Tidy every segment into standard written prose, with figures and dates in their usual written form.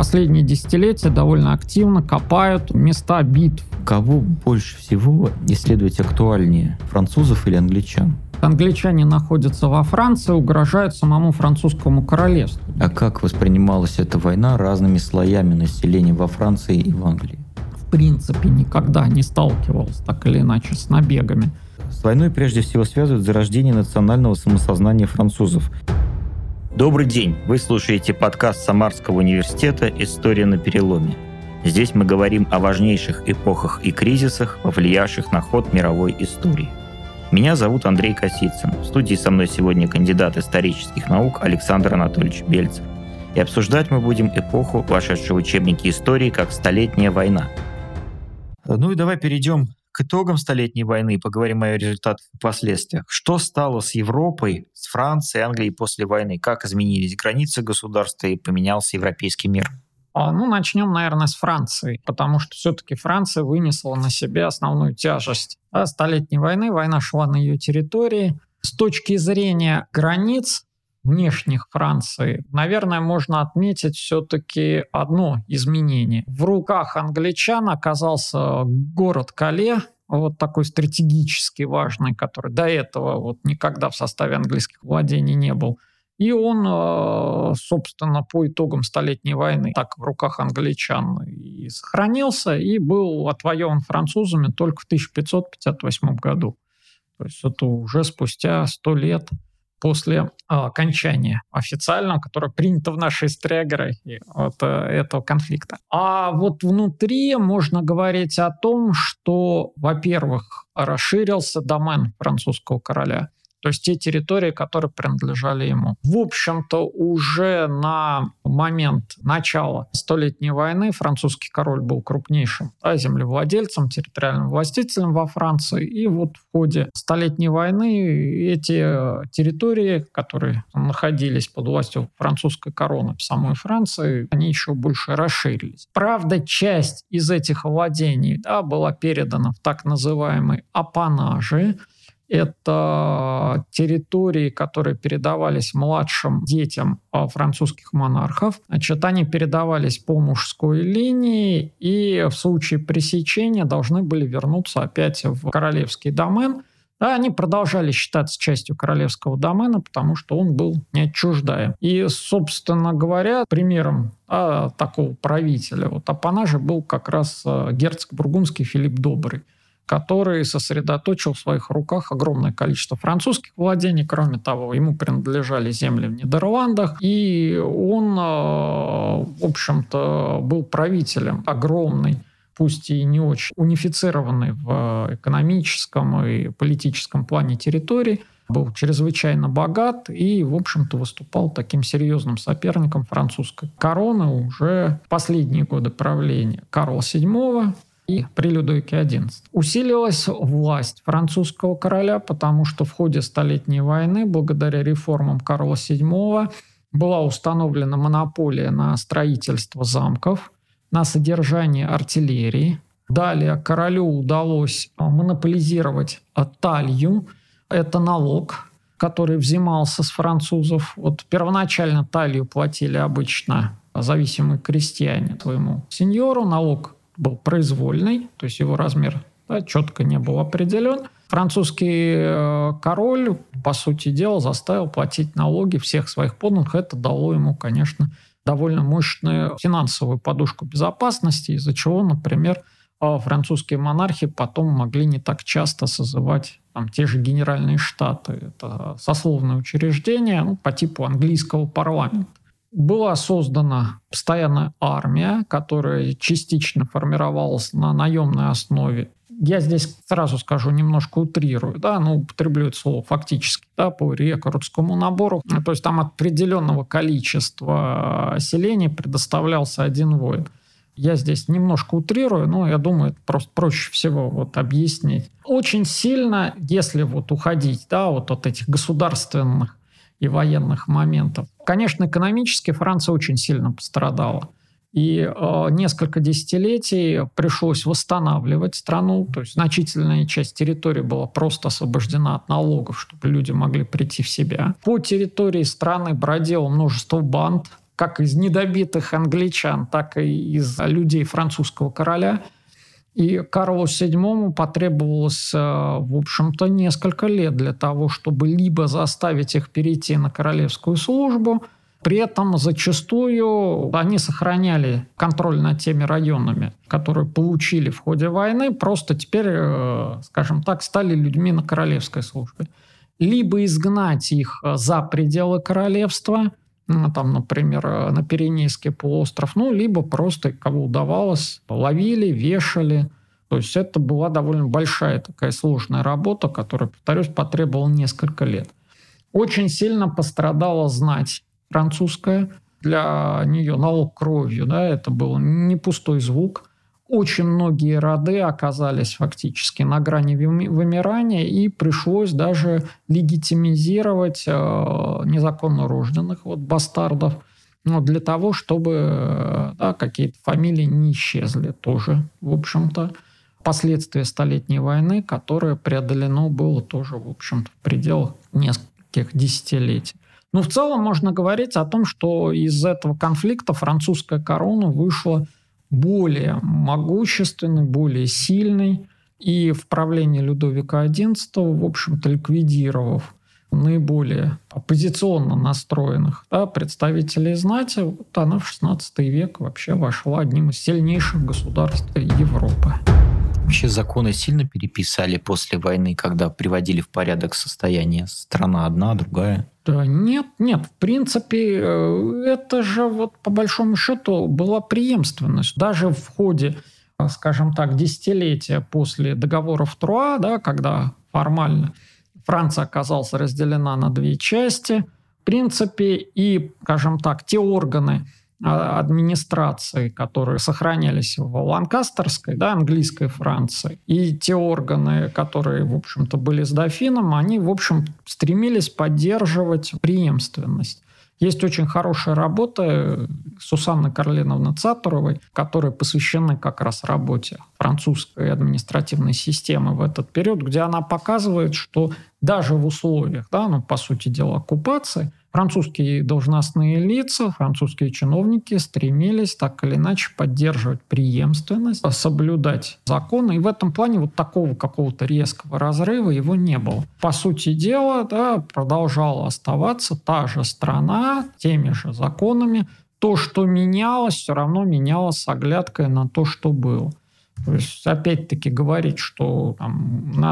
последние десятилетия довольно активно копают места битв. Кого больше всего исследовать актуальнее, французов или англичан? Англичане находятся во Франции, угрожают самому французскому королевству. А как воспринималась эта война разными слоями населения во Франции и в Англии? В принципе, никогда не сталкивался так или иначе с набегами. С войной прежде всего связывают зарождение национального самосознания французов. Добрый день! Вы слушаете подкаст Самарского университета «История на переломе». Здесь мы говорим о важнейших эпохах и кризисах, повлиявших на ход мировой истории. Меня зовут Андрей Косицын. В студии со мной сегодня кандидат исторических наук Александр Анатольевич Бельцев. И обсуждать мы будем эпоху, вошедшую в учебники истории как Столетняя война. Ну и давай перейдем к итогам Столетней войны и поговорим о ее результатах и последствиях. Что стало с Европой, с Францией, Англией после войны? Как изменились границы государства и поменялся европейский мир? Начнем, наверное, с Франции, потому что все-таки Франция вынесла на себе основную тяжесть Столетней войны. Война шла на ее территории. С точки зрения границ внешних Франции, наверное, можно отметить все-таки одно изменение. В руках англичан оказался город Кале, вот такой стратегически важный, который до этого никогда в составе английских владений не был. И он, собственно, по итогам Столетней войны так в руках англичан и сохранился, и был отвоеван французами только в 1558 году. То есть это уже спустя 100 лет после окончания официального, которое принято в нашей истории этого конфликта. А вот внутри можно говорить о том, что, во-первых, расширился домен французского короля, то есть те территории, которые принадлежали ему. В общем-то, уже на момент начала Столетней войны французский король был крупнейшим землевладельцем, территориальным властителем во Франции. И вот в ходе Столетней войны эти территории, которые находились под властью французской короны в самой Франции, они еще больше расширились. Правда, часть из этих владений была передана в так называемые апанажи. Это территории, которые передавались младшим детям французских монархов. Значит, они передавались по мужской линии и в случае пресечения должны были вернуться опять в королевский домен. Они продолжали считаться частью королевского домена, потому что он был неотчуждаем. И, собственно говоря, примером такого правителя апанажа был как раз герцог бургундский Филипп Добрый, который сосредоточил в своих руках огромное количество французских владений. Кроме того, ему принадлежали земли в Нидерландах, и он, в общем-то, был правителем огромной, пусть и не очень унифицированной в экономическом и политическом плане территории, был чрезвычайно богат и, в общем-то, выступал таким серьезным соперником французской короны уже в последние годы правления Карла VII и при Людовике XI. Усилилась власть французского короля, потому что в ходе Столетней войны, благодаря реформам Карла VII, была установлена монополия на строительство замков, на содержание артиллерии. Далее королю удалось монополизировать талью. Это налог, который взимался с французов. Первоначально талью платили обычно зависимые крестьяне своему сеньору. Налог был произвольный, то есть его размер четко не был определен. Французский король, по сути дела, заставил платить налоги всех своих подданных. Это дало ему, конечно, довольно мощную финансовую подушку безопасности, из-за чего, например, французские монархи потом могли не так часто созывать те же генеральные штаты. Это сословные учреждения по типу английского парламента. Была создана постоянная армия, которая частично формировалась на наемной основе. Я здесь сразу скажу, немножко утрирую, употреблю это слово фактически, по рекрутскому набору. То есть там определенного количества селений предоставлялся один воин. Я здесь немножко утрирую, но я думаю, это просто проще всего объяснить. Очень сильно, если уходить от этих государственных и военных моментов. Конечно, экономически Франция очень сильно пострадала. И несколько десятилетий пришлось восстанавливать страну. То есть значительная часть территории была просто освобождена от налогов, чтобы люди могли прийти в себя. По территории страны бродило множество банд. как из недобитых англичан, так и из людей французского короля. И Карлу VII потребовалось, в общем-то, несколько лет для того, чтобы либо заставить их перейти на королевскую службу, при этом зачастую они сохраняли контроль над теми районами, которые получили в ходе войны, просто теперь, скажем так, стали людьми на королевской службе. Либо изгнать их за пределы королевства, там, например, на Пиренейский полуостров, либо просто, кого удавалось, ловили, вешали. То есть это была довольно большая такая сложная работа, которая, повторюсь, потребовала несколько лет. Очень сильно пострадала знать французская. Для нее налог кровью, это был не пустой звук. Очень многие роды оказались фактически на грани вымирания, и пришлось даже легитимизировать незаконно рожденных бастардов, для того, чтобы какие-то фамилии не исчезли тоже, в общем-то. Последствия Столетней войны, которое преодолено было тоже, в общем-то, в пределах нескольких десятилетий. Но в целом можно говорить о том, что из этого конфликта французская корона вышла более могущественный, более сильный, и в правлении Людовика XI, в общем-то, ликвидировав наиболее оппозиционно настроенных представителей знати, она в XVI век вообще вошла одним из сильнейших государств Европы. Вообще законы сильно переписали после войны, когда приводили в порядок состояние? Страна одна, другая? Да нет. В принципе, это же по большому счету была преемственность. Даже в ходе, скажем так, десятилетия после договоров Труа, когда формально Франция оказалась разделена на две части, в принципе, и, скажем так, те органы администрации, которые сохранялись в Ланкастерской, английской Франции, и те органы, которые, в общем-то, были с дофином, они, в общем, стремились поддерживать преемственность. Есть очень хорошая работа Сусанны Карленовны Цатуровой, которая посвящена как раз работе французской административной системы в этот период, где она показывает, что даже в условиях, по сути дела, оккупации, французские должностные лица, французские чиновники стремились так или иначе поддерживать преемственность, соблюдать законы. И в этом плане такого какого-то резкого разрыва его не было. По сути дела, продолжала оставаться та же страна, теми же законами. То, что менялось, все равно менялось с оглядкой на то, что было. То есть, опять-таки, говорить, что на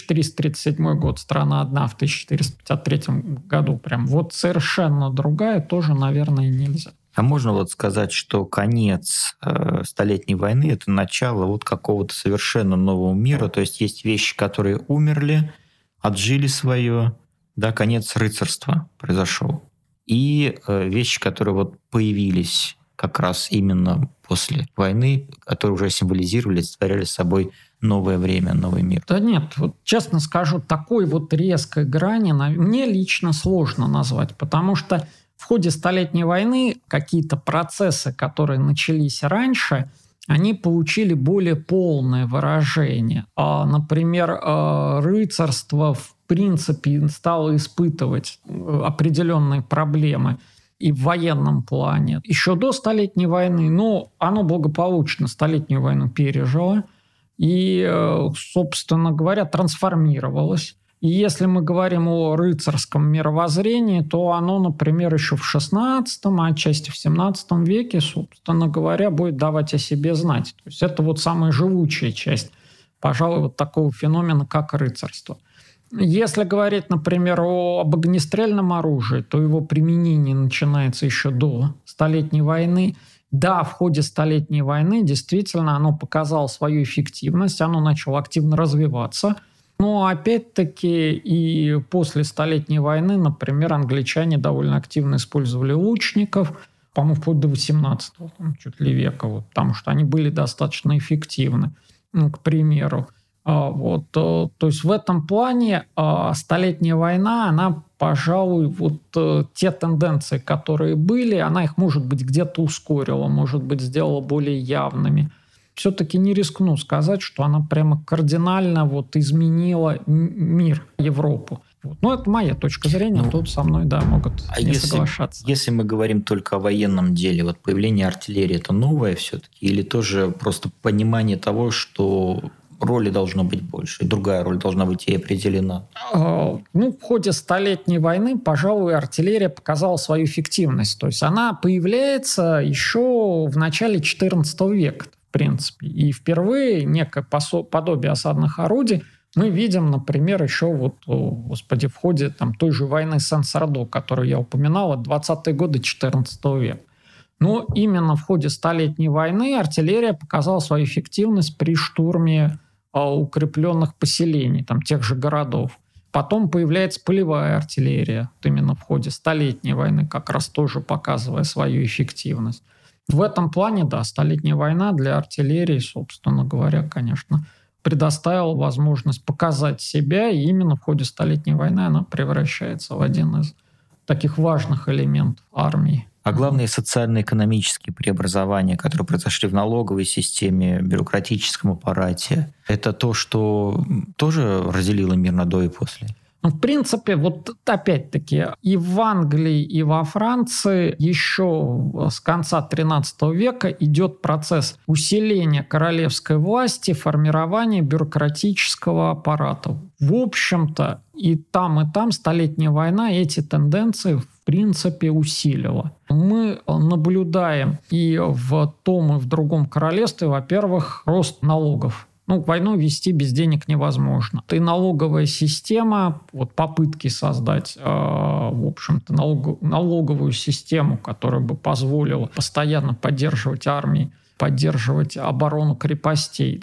1337 год страна одна, в 1453 году прям совершенно другая, тоже, наверное, нельзя. А можно сказать, что конец Столетней войны – это начало какого-то совершенно нового мира, то есть есть вещи, которые умерли, отжили свое, конец рыцарства произошел. И вещи, которые появились как раз именно после войны, которые уже символизировали, олицетворяли собой новое время, новый мир. Да нет, честно скажу, такой резкой грани мне лично сложно назвать, потому что в ходе Столетней войны какие-то процессы, которые начались раньше, они получили более полное выражение. Например, рыцарство в принципе стало испытывать определенные проблемы и в военном плане. Еще до Столетней войны, но оно благополучно Столетнюю войну пережило и, собственно говоря, трансформировалось. И если мы говорим о рыцарском мировоззрении, то оно, например, еще в XVI, а отчасти в XVII веке, собственно говоря, будет давать о себе знать. То есть это самая живучая часть, пожалуй, такого феномена, как рыцарство. Если говорить, например, об огнестрельном оружии, то его применение начинается еще до Столетней войны. Да, в ходе Столетней войны действительно оно показало свою эффективность, оно начало активно развиваться. Но опять-таки и после Столетней войны, например, англичане довольно активно использовали лучников, по-моему, вплоть до 18-го, чуть ли века, потому что они были достаточно эффективны, к примеру. То есть в этом плане Столетняя война, она, пожалуй, те тенденции, которые были, она их, может быть, где-то ускорила, может быть, сделала более явными. Все-таки не рискну сказать, что она прямо кардинально изменила мир, Европу. Вот. Ну, это моя точка зрения, тут со мной, могут не соглашаться. Если мы говорим только о военном деле, вот появление артиллерии, это новое все-таки? Или тоже просто понимание того, что роли должно быть больше, и другая роль должна быть и определена? В ходе Столетней войны, пожалуй, артиллерия показала свою эффективность. То есть она появляется еще в начале XIV века, в принципе. И впервые некое подобие осадных орудий мы видим, например, еще в ходе той же войны Сен-Сардо, которую я упоминал, от 20-е годы XIV века. Но именно в ходе Столетней войны артиллерия показала свою эффективность при штурме укрепленных поселений, тех же городов. Потом появляется полевая артиллерия, именно в ходе Столетней войны, как раз тоже показывая свою эффективность. В этом плане, Столетняя война для артиллерии, собственно говоря, конечно, предоставила возможность показать себя, и именно в ходе Столетней войны она превращается в один из таких важных элементов армии. А главные социально-экономические преобразования, которые произошли в налоговой системе, бюрократическом аппарате, это то, что тоже разделило мир на до и после? В принципе, опять-таки, и в Англии, и во Франции еще с конца XIII века идет процесс усиления королевской власти, формирования бюрократического аппарата. В общем-то, и там Столетняя война эти тенденции в принципе усилила. Мы наблюдаем и в том, и в другом королевстве, во-первых, рост налогов. Войну вести без денег невозможно. И налоговая система, попытки создать, в общем-то, налоговую систему, которая бы позволила постоянно поддерживать армии, поддерживать оборону крепостей,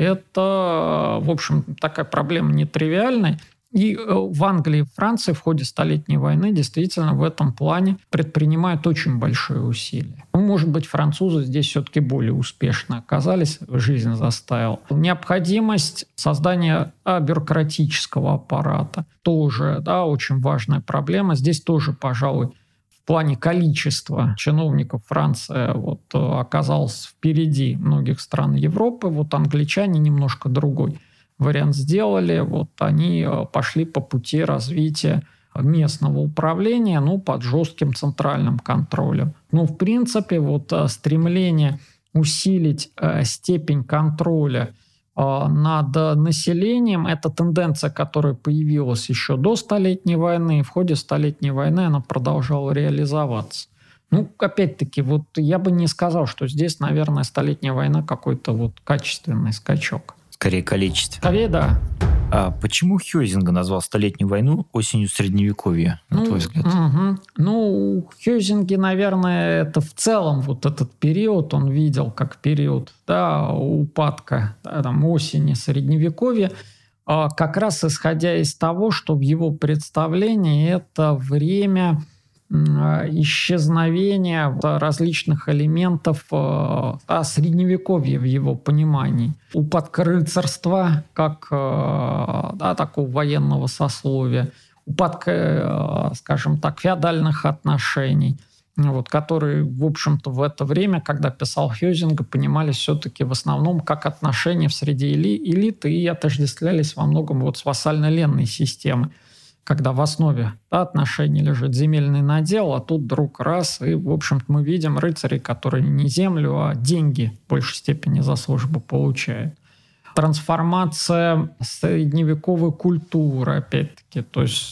это, в общем, такая проблема нетривиальная. И в Англии и Франции в ходе Столетней войны действительно в этом плане предпринимают очень большие усилия. Может быть, французы здесь все-таки более успешно оказались, жизнь заставила. Необходимость создания бюрократического аппарата тоже очень важная проблема. Здесь тоже, пожалуй, в плане количества чиновников Франция оказалась впереди многих стран Европы. Англичане немножко другой вариант сделали. Они пошли по пути развития местного управления, под жестким центральным контролем. В принципе, стремление усилить степень контроля над населением – это тенденция, которая появилась еще до Столетней войны, и в ходе Столетней войны она продолжала реализоваться. Опять-таки, я бы не сказал, что здесь, наверное, Столетняя война какой-то качественный скачок. Скорее количество. Скорее, да. А почему Хёзинга назвал Столетнюю войну осенью Средневековья, на твой взгляд? Хёзинги, наверное, это в целом этот период он видел как период упадка осени Средневековья, как раз исходя из того, что в его представлении это время исчезновения различных элементов Средневековья в его понимании. Упадка рыцарства как такого военного сословия, упадка, скажем так, феодальных отношений, которые, в общем-то, в это время, когда писал Хёзинга, понимались все-таки в основном как отношения в среде элиты и отождествлялись во многом с вассально-ленной системой, когда в основе отношений лежит земельный надел, а тут вдруг раз, и, в общем-то, мы видим рыцарей, которые не землю, а деньги в большей степени за службу получают. Трансформация средневековой культуры, опять-таки. То есть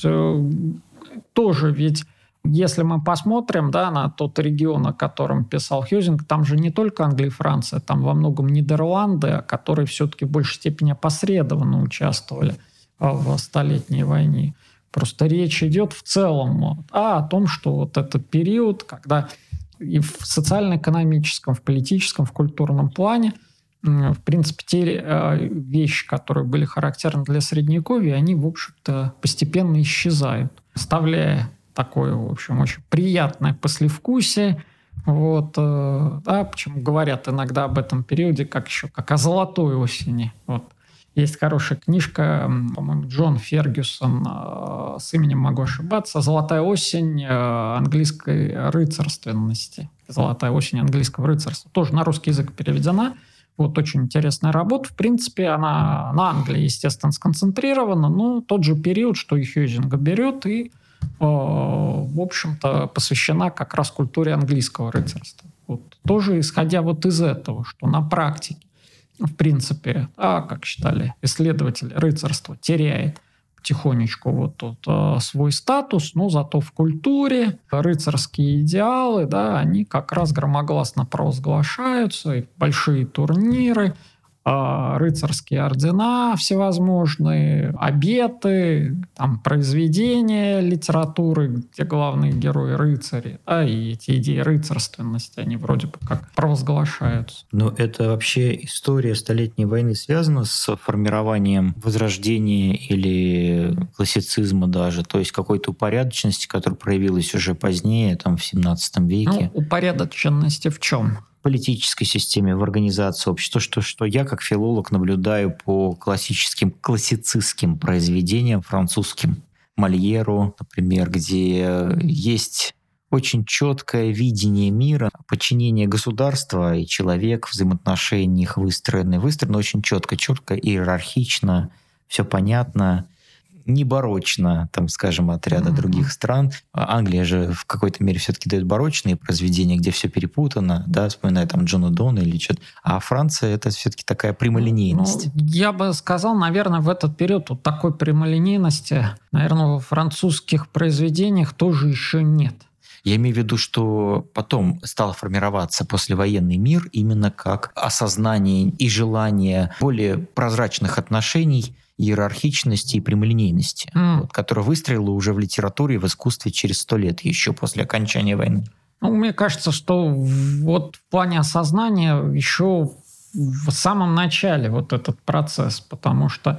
тоже ведь, если мы посмотрим на тот регион, о котором писал Хёзинг, там же не только Англия и Франция, там во многом Нидерланды, которые все-таки в большей степени опосредованно участвовали в Столетней войне. Просто речь идет в целом о том, что этот период, когда и в социально-экономическом, в политическом, в культурном плане, в принципе, те вещи, которые были характерны для Средневековья, они, в общем-то, постепенно исчезают, оставляя такое, в общем, очень приятное послевкусие. Почему говорят иногда об этом периоде как о золотой осени. Есть хорошая книжка, по-моему, Джон Фергюсон, с именем могу ошибаться, «Золотая осень английской рыцарственности». «Золотая осень английского рыцарства». Тоже на русский язык переведена. Вот очень интересная работа. В принципе, она на Англии, естественно, сконцентрирована, но тот же период, что и Хьюзинга берет, и, в общем-то, посвящена как раз культуре английского рыцарства. Вот. Тоже исходя вот из этого, что на практике, в принципе, как считали исследователи, рыцарство теряет потихонечку вот тут свой статус, но зато в культуре рыцарские идеалы, да, они как раз громогласно провозглашаются, и большие турниры, рыцарские ордена всевозможные, обеты, там, произведения литературы, где главные герои рыцари, да, и эти идеи рыцарственности, они вроде бы как провозглашаются. Но это вообще история Столетней войны связана с формированием возрождения или классицизма даже, то есть какой-то упорядоченности, которая проявилась уже позднее, там, в 17 веке. Ну, упорядоченности в чем? Политической системе, в организации общества, что я как филолог наблюдаю по классицистским произведениям французским, Мольеру, например, где есть очень четкое видение мира, подчинение государства и человек, взаимоотношениях выстроены очень четко, иерархично, все понятно, не барочно, там, скажем, от ряда других стран. Англия же в какой-то мере все-таки дает барочные произведения, где все перепутано, да, вспоминая там Джона Дона или что-то. А Франция — это все-таки такая прямолинейность. Я бы сказал, наверное, в этот период вот такой прямолинейности, наверное, во французских произведениях тоже еще нет. Я имею в виду, что потом стал формироваться послевоенный мир именно как осознание и желание более прозрачных отношений, иерархичности и прямолинейности, которая выстрелила уже в литературе и в искусстве через 100 лет еще после окончания войны. Ну, мне кажется, что вот в плане осознания еще в самом начале вот этот процесс, потому что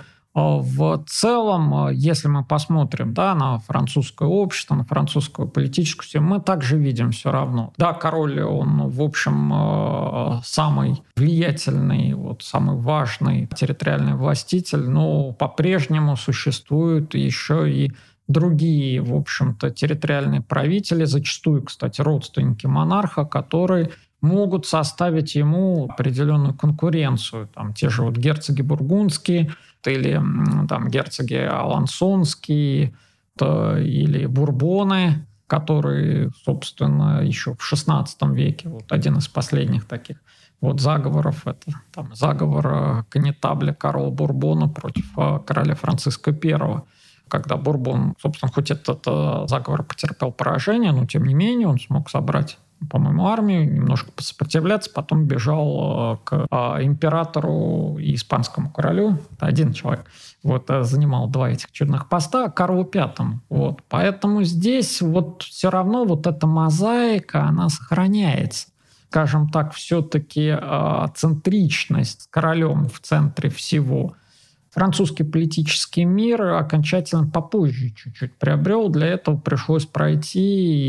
в целом, если мы посмотрим, да, на французское общество, на французскую политическую систему, мы также видим все равно. Да, король, он, в общем, самый влиятельный, вот, самый важный территориальный властитель, но по-прежнему существуют еще и другие, в общем-то, территориальные правители, зачастую, кстати, родственники монарха, которые могут составить ему определенную конкуренцию. Там те же вот герцоги бургундские, или там герцоги алансонские, или бурбоны, которые, собственно, еще в XVI веке, вот один из последних таких вот заговоров, это там, заговор коннетабля Карла Бурбона против короля Франциска I, когда Бурбон, собственно, хоть этот заговор потерпел поражение, но тем не менее он смог собрать, по-моему, армию, немножко посопротивляться, потом бежал к императору и испанскому королю. Один человек вот, занимал 2 этих чудных поста, Карлу V. Вот. Поэтому здесь вот все равно вот эта мозаика, она сохраняется. Скажем так, все-таки центричность с королем в центре всего. Французский политический мир окончательно попозже чуть-чуть приобрел. Для этого пришлось пройти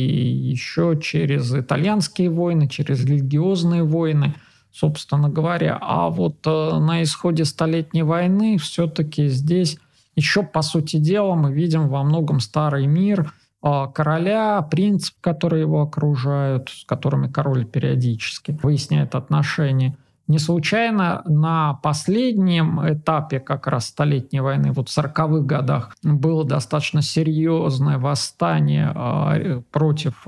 еще через итальянские войны, через религиозные войны, собственно говоря. А вот на исходе Столетней войны все-таки здесь еще, по сути дела, мы видим во многом старый мир короля, принцев, которые его окружают, с которыми король периодически выясняет отношения. Не случайно на последнем этапе как раз Столетней войны, вот в 40-х годах, было достаточно серьезное восстание против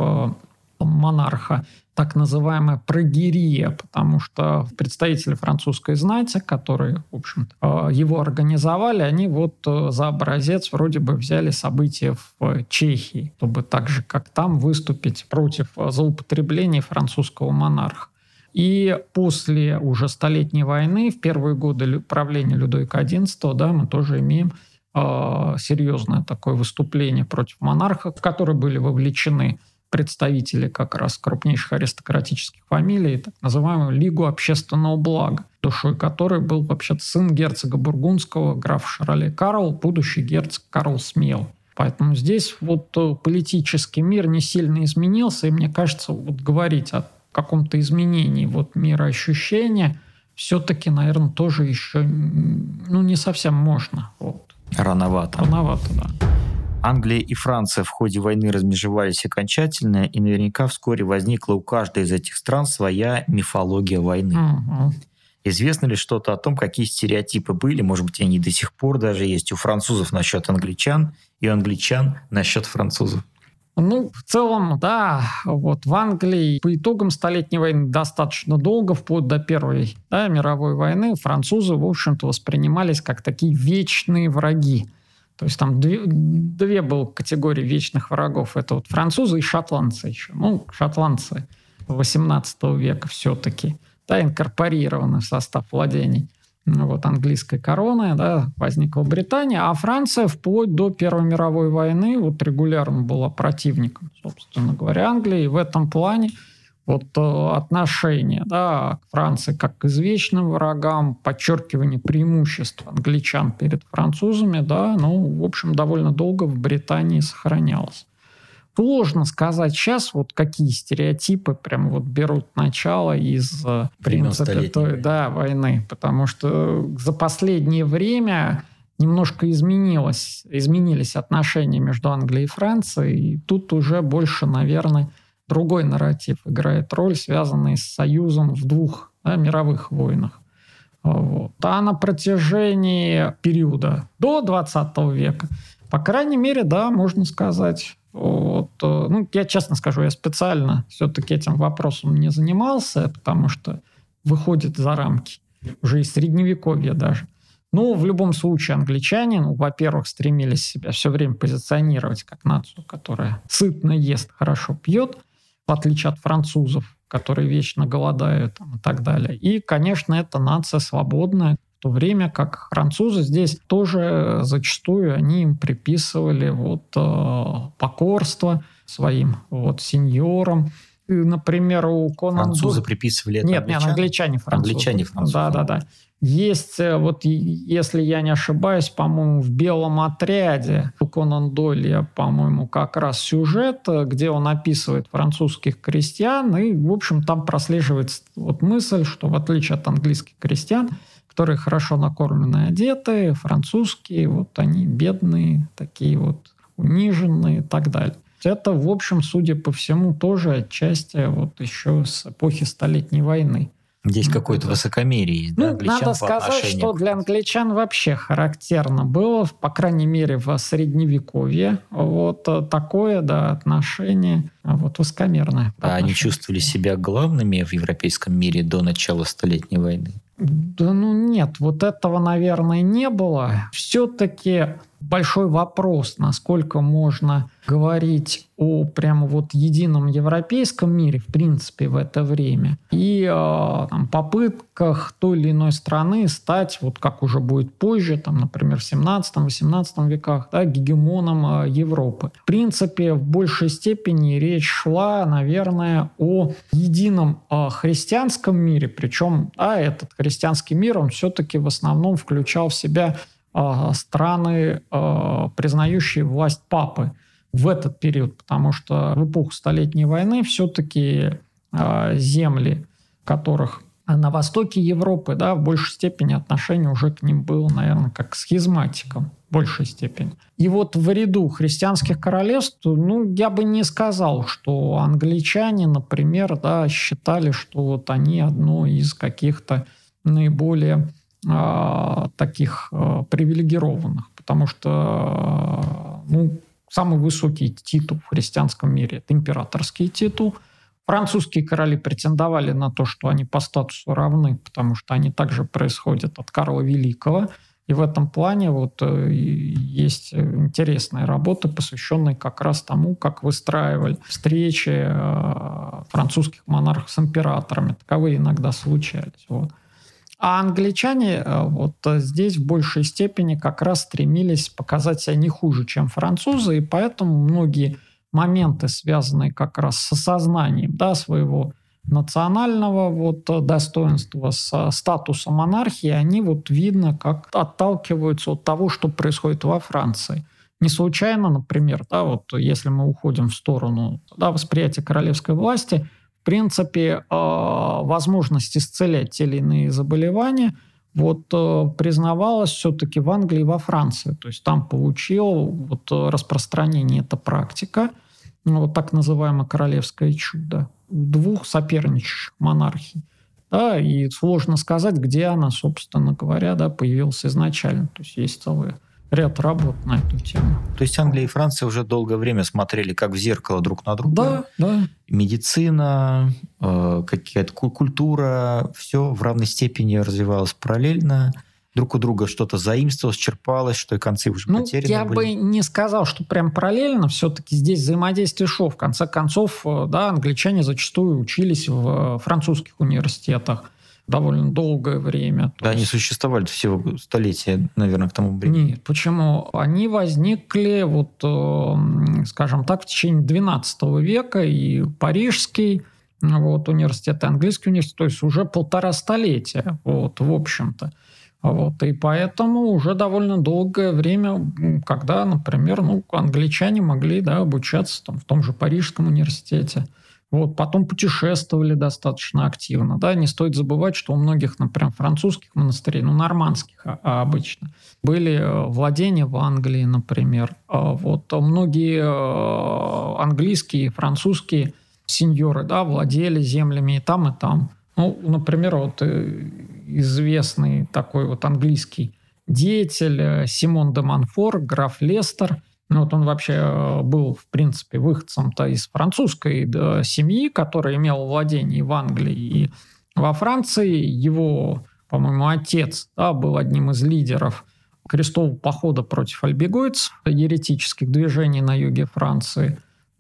монарха, так называемая прогерия, потому что представители французской знати, которые, в общем-то, его организовали, они вот за образец вроде бы взяли события в Чехии, чтобы так же, как там, выступить против злоупотребления французского монарха. И после уже Столетней войны, в первые годы правления Людовика XI, да, мы тоже имеем серьезное такое выступление против монарха, в которое были вовлечены представители как раз крупнейших аристократических фамилий, так называемую Лигу общественного блага, душой которой был вообще-то сын герцога бургундского, граф Шароле Карл, будущий герцог Карл Смелый. Поэтому здесь вот политический мир не сильно изменился, и мне кажется, вот говорить о каком-то изменении вот мироощущения все-таки, наверное, тоже еще не совсем можно. Вот. Рановато. Рановато, да. Англия и Франция в ходе войны размежевались окончательно, и наверняка вскоре возникла у каждой из этих стран своя мифология войны. Известно ли что-то о том, какие стереотипы были, может быть, они до сих пор даже есть у французов насчет англичан и у англичан насчет французов? Ну, в целом, да, вот в Англии по итогам Столетней войны достаточно долго, вплоть до Первой мировой войны, французы, в общем-то, воспринимались как такие вечные враги. То есть там две было категории вечных врагов. Это вот французы и шотландцы еще. Ну, шотландцы 18 века все-таки, да, инкорпорированы в состав владений вот, английской короны, да, возникла Британия, а Франция вплоть до Первой мировой войны вот регулярно была противником, собственно говоря, Англии. И в этом плане вот отношение, да, к Франции как к извечным врагам, подчеркивание преимуществ англичан перед французами, да, ну, в общем, довольно долго в Британии сохранялось. Сложно сказать сейчас, вот какие стереотипы прям вот берут начало из принципа той, да, войны, потому что за последнее время немножко изменились отношения между Англией и Францией, и тут уже больше, наверное, другой нарратив играет роль, связанный с союзом в двух мировых войнах. Вот. А на протяжении периода до 20 века, по крайней мере, да, можно сказать, вот, ну, я честно скажу, я специально все-таки этим вопросом не занимался, потому что выходит за рамки уже из Средневековья даже. Но в любом случае англичане, ну, во-первых, стремились себя все время позиционировать как нацию, которая сытно ест, хорошо пьет, в отличие от французов, которые вечно голодают и так далее. И, конечно, это нация свободная, в то время как французы здесь тоже зачастую они им приписывали вот, покорство своим вот, сеньорам. И, например, у Конан Французы приписывали это англичане? Нет, англичане французы. Англичане французы. Да. Есть, вот если я не ошибаюсь, по-моему, в «Белом отряде» у Конан Дойля, по-моему, как раз сюжет, где он описывает французских крестьян, и, в общем, там прослеживается вот мысль, что в отличие от английских крестьян, которые хорошо накормлены, одеты, французские, вот они бедные, такие вот униженные и так далее. Это, в общем, судя по всему, тоже отчасти вот еще с эпохи Столетней войны. Здесь какое-то высокомерие. Ну, надо сказать, что для англичан вообще характерно было, по крайней мере, в Средневековье, вот такое, да, отношение вот высокомерное. А они чувствовали себя главными в европейском мире до начала Столетней войны? Да ну нет, вот этого, наверное, не было. Все-таки большой вопрос, насколько можно говорить о прямо вот едином европейском мире, в принципе, в это время, и там, попытках той или иной страны стать, вот как уже будет позже, там, например, в 17-18 веках, да, гегемоном Европы. В принципе, в большей степени речь шла, наверное, о едином христианском мире, причем этот христианский мир, он все-таки в основном включал в себя страны, признающие власть папы в этот период, потому что в эпоху Столетней войны все-таки земли, которых на востоке Европы, да, в большей степени отношение уже к ним было, наверное, как к схизматикам, в большей степени. И вот в ряду христианских королевств, ну, я бы не сказал, что англичане, например, да, считали, что вот они одно из каких-то наиболее таких привилегированных, потому что самый высокий титул в христианском мире – это императорский титул. Французские короли претендовали на то, что они по статусу равны, потому что они также происходят от Карла Великого. И в этом плане вот есть интересная работа, посвященная как раз тому, как выстраивали встречи французских монархов с императорами. Таковые иногда случались. Вот. А англичане вот здесь в большей степени как раз стремились показать себя не хуже, чем французы, и поэтому многие моменты, связанные как раз с осознанием, да, своего национального вот достоинства, с статуса монархии, они вот видно, как отталкиваются от того, что происходит во Франции. Не случайно, например, да, вот если мы уходим в сторону восприятия королевской власти, в принципе, возможность исцелять те или иные заболевания вот, признавалась все-таки в Англии и во Франции. То есть там получила вот, распространение эта практика, вот так называемое королевское чудо, двух соперничающих монархий. Да, и сложно сказать, где она, собственно говоря, да, появилась изначально. То есть есть целый ряд работ на эту тему. То есть Англия и Франция уже долгое время смотрели как в зеркало друг на друга. Да, да. Медицина, какая-то культура, все в равной степени развивалось параллельно. Друг у друга что-то заимствовалось, черпалось, что и концы уже потеряны я были. бы не сказал, что прям параллельно. Все-таки здесь взаимодействие шло. В конце концов, да, англичане зачастую учились в французских университетах довольно долгое время. Да, они существовали всего столетия, наверное, к тому времени. Нет, почему? Они возникли, скажем так, в течение XII века, и парижский университет, и английский университет, то есть уже 1,5 столетия, в общем-то. И поэтому уже довольно долгое время, когда, например, англичане могли, да, обучаться в том же Парижском университете. Потом путешествовали достаточно активно. Да. Не стоит забывать, что у многих, например, французских монастырей, нормандских обычно, были владения в Англии, например. Многие английские и французские сеньоры, да, владели землями и там, и там. Например, известный такой английский деятель Симон де Монфор, граф Лестер. Он вообще был, в принципе, выходцем-то из французской семьи, которая имела владение в Англии и во Франции. Его, по-моему, отец, да, был одним из лидеров крестового похода против альбегойцев, еретических движений на юге Франции.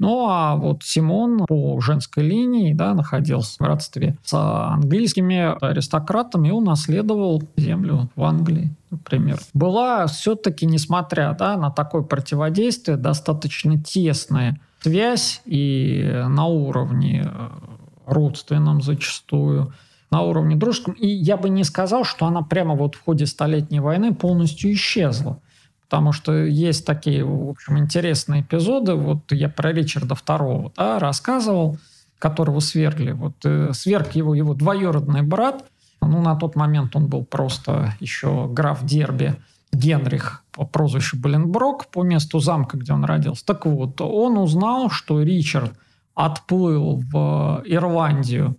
Симон по женской линии, да, находился в родстве с английскими аристократами и унаследовал землю в Англии, например. Была все-таки, несмотря, да, на такое противодействие, достаточно тесная связь и на уровне родственном зачастую, на уровне дружеском. И я бы не сказал, что она прямо в ходе Столетней войны полностью исчезла. Потому что есть такие, в общем, интересные эпизоды. Я про Ричарда II, да, рассказывал, которого свергли. Сверг его двоюродный брат. На тот момент он был просто еще граф Дерби, Генрих по прозвищу Боленброк, по месту замка, где он родился. Так вот, он узнал, что Ричард отплыл в Ирландию.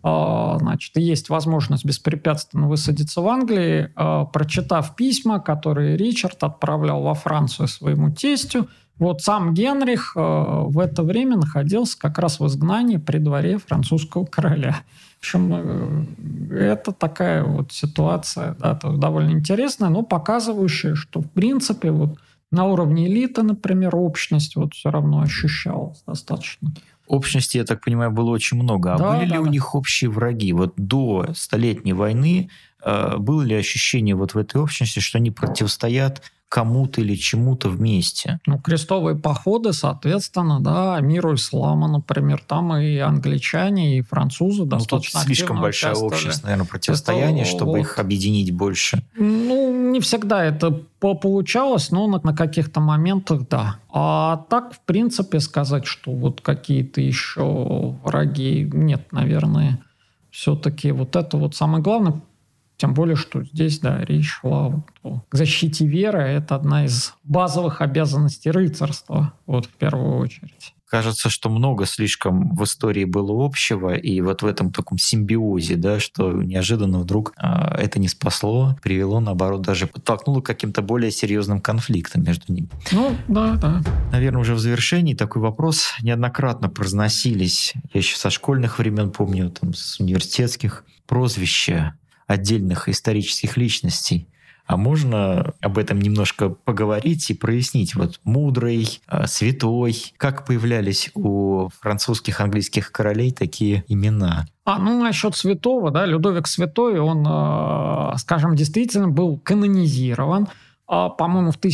И есть возможность беспрепятственно высадиться в Англии, прочитав письма, которые Ричард отправлял во Францию своему тестю. Сам Генрих в это время находился как раз в изгнании при дворе французского короля. В общем, это такая ситуация, да, довольно интересная, но показывающая, что в принципе на уровне элиты, например, общность все равно ощущалась достаточно. Общности, я так понимаю, было очень много. А были ли у них общие враги? До Столетней войны было ли ощущение в этой общности, что они противостоят кому-то или чему-то вместе? Крестовые походы, соответственно, да, миру ислама, например, там и англичане, и французы достаточно активно слишком большая общность, наверное, противостояния, чтобы их объединить больше. Не всегда это получалось, но на каких-то моментах да. А так, в принципе, сказать, что какие-то еще враги нет, наверное. Все-таки это самое главное. Тем более, что здесь, да, речь шла о защите веры. Это одна из базовых обязанностей рыцарства, в первую очередь. Кажется, что много слишком в истории было общего, и в этом таком симбиозе, да, что неожиданно вдруг это не спасло, привело, наоборот, даже подтолкнуло к каким-то более серьезным конфликтам между ними. Да. Наверное, уже в завершении такой вопрос неоднократно произносились. Я еще со школьных времен помню, с университетских, прозвища отдельных исторических личностей. А можно об этом немножко поговорить и прояснить? Мудрый, святой. Как появлялись у французских, английских королей такие имена? Насчет святого, да, Людовик Святой, он, скажем, действительно был канонизирован, по-моему, в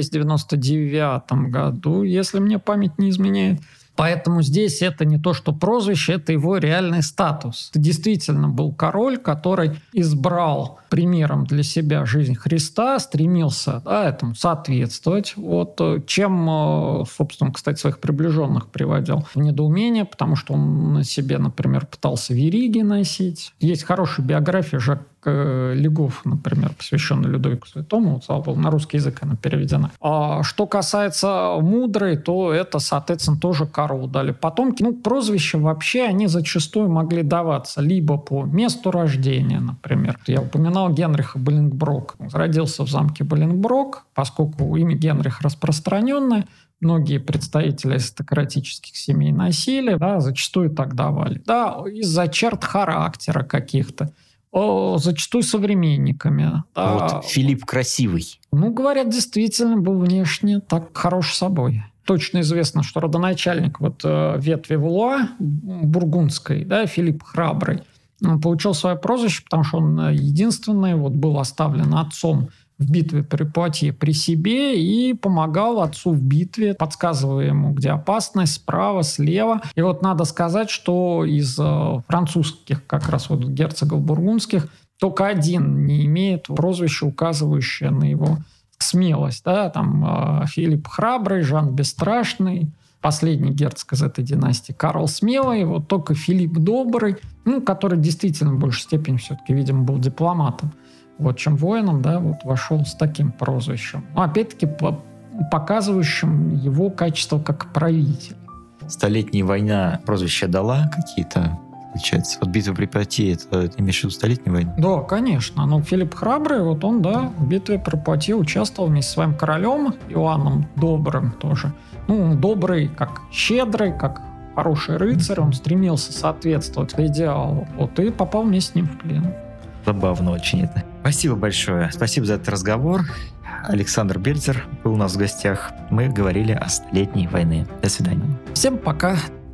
1299 году, если мне память не изменяет. Поэтому здесь это не то, что прозвище, это его реальный статус. Это действительно был король, который избрал примером для себя жизнь Христа, стремился, да, этому соответствовать. Чем, собственно, кстати, своих приближенных приводил в недоумение, потому что он на себе, например, пытался вериги носить. Есть хорошая биография Легов, например, посвященный Людовику Святому. Вот, слава богу, на русский язык она переведена. А что касается мудрой, то это, соответственно, тоже Карлу дали потомки. Прозвища вообще, они зачастую могли даваться либо по месту рождения, например. Я упоминал Генриха Боленброк. Он родился в замке Боленброк, поскольку имя Генрих распространенное, многие представители аристократических семей носили, да, зачастую так давали. Да, из-за черт характера каких-то, зачастую современниками. Да. Вот Филипп Красивый. Говорят, действительно был внешне так хорош собой. Точно известно, что родоначальник ветви Валуа бургундской, да, Филипп Храбрый, он получил свое прозвище, потому что он единственный был оставлен отцом в битве при Пуатье при себе и помогал отцу в битве, подсказывая ему, где опасность, справа, слева. И надо сказать, что из французских как раз герцогов бургундских только один не имеет прозвища, указывающее на его смелость. Да? Там Филипп Храбрый, Жан Бесстрашный, последний герцог из этой династии Карл Смелый, только Филипп Добрый, который действительно в большей степени все-таки, видимо, был дипломатом, чем воином, да, вошел с таким прозвищем. Опять-таки, показывающим его качество как правителя. Столетняя война прозвища дала какие-то, получается? Битва при Пуатье, это имеешь в виду Столетнюю войну? Да, конечно. Филипп Храбрый, он, да, в битве при Пуатье участвовал вместе с своим королем Иоанном Добрым тоже. Добрый, как щедрый, как хороший рыцарь, он стремился соответствовать идеалу. И попал вместе с ним в плен. Забавно очень это. Спасибо большое. Спасибо за этот разговор. Александр Бельцер был у нас в гостях. Мы говорили о Столетней войне. До свидания. Всем пока.